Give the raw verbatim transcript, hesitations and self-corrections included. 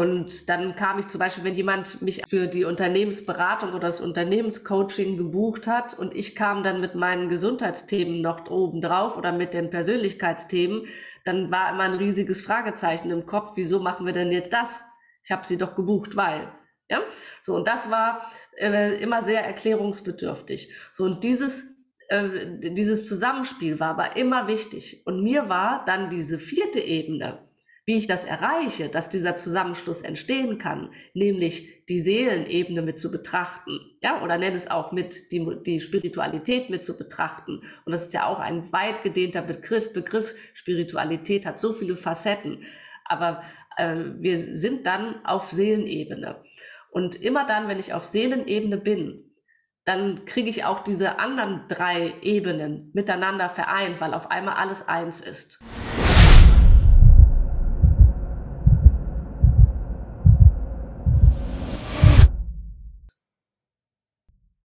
Und dann kam ich zum Beispiel, wenn jemand mich für die Unternehmensberatung oder das Unternehmenscoaching gebucht hat und ich kam dann mit meinen Gesundheitsthemen noch oben drauf oder mit den Persönlichkeitsthemen, dann war immer ein riesiges Fragezeichen im Kopf, wieso machen wir denn jetzt das? Ich habe sie doch gebucht, weil. Ja, so, und das war äh, immer sehr erklärungsbedürftig. So, und dieses äh, dieses Zusammenspiel war aber immer wichtig. Und mir war dann diese vierte Ebene, wie ich das erreiche, dass dieser Zusammenschluss entstehen kann, nämlich die Seelenebene mit zu betrachten, ja, oder nenne es auch mit die, die Spiritualität mit zu betrachten. Und das ist ja auch ein weit gedehnter Begriff. Begriff Spiritualität hat so viele Facetten. Aber äh, wir sind dann auf Seelenebene. Und immer dann, wenn ich auf Seelenebene bin, dann kriege ich auch diese anderen drei Ebenen miteinander vereint, weil auf einmal alles eins ist.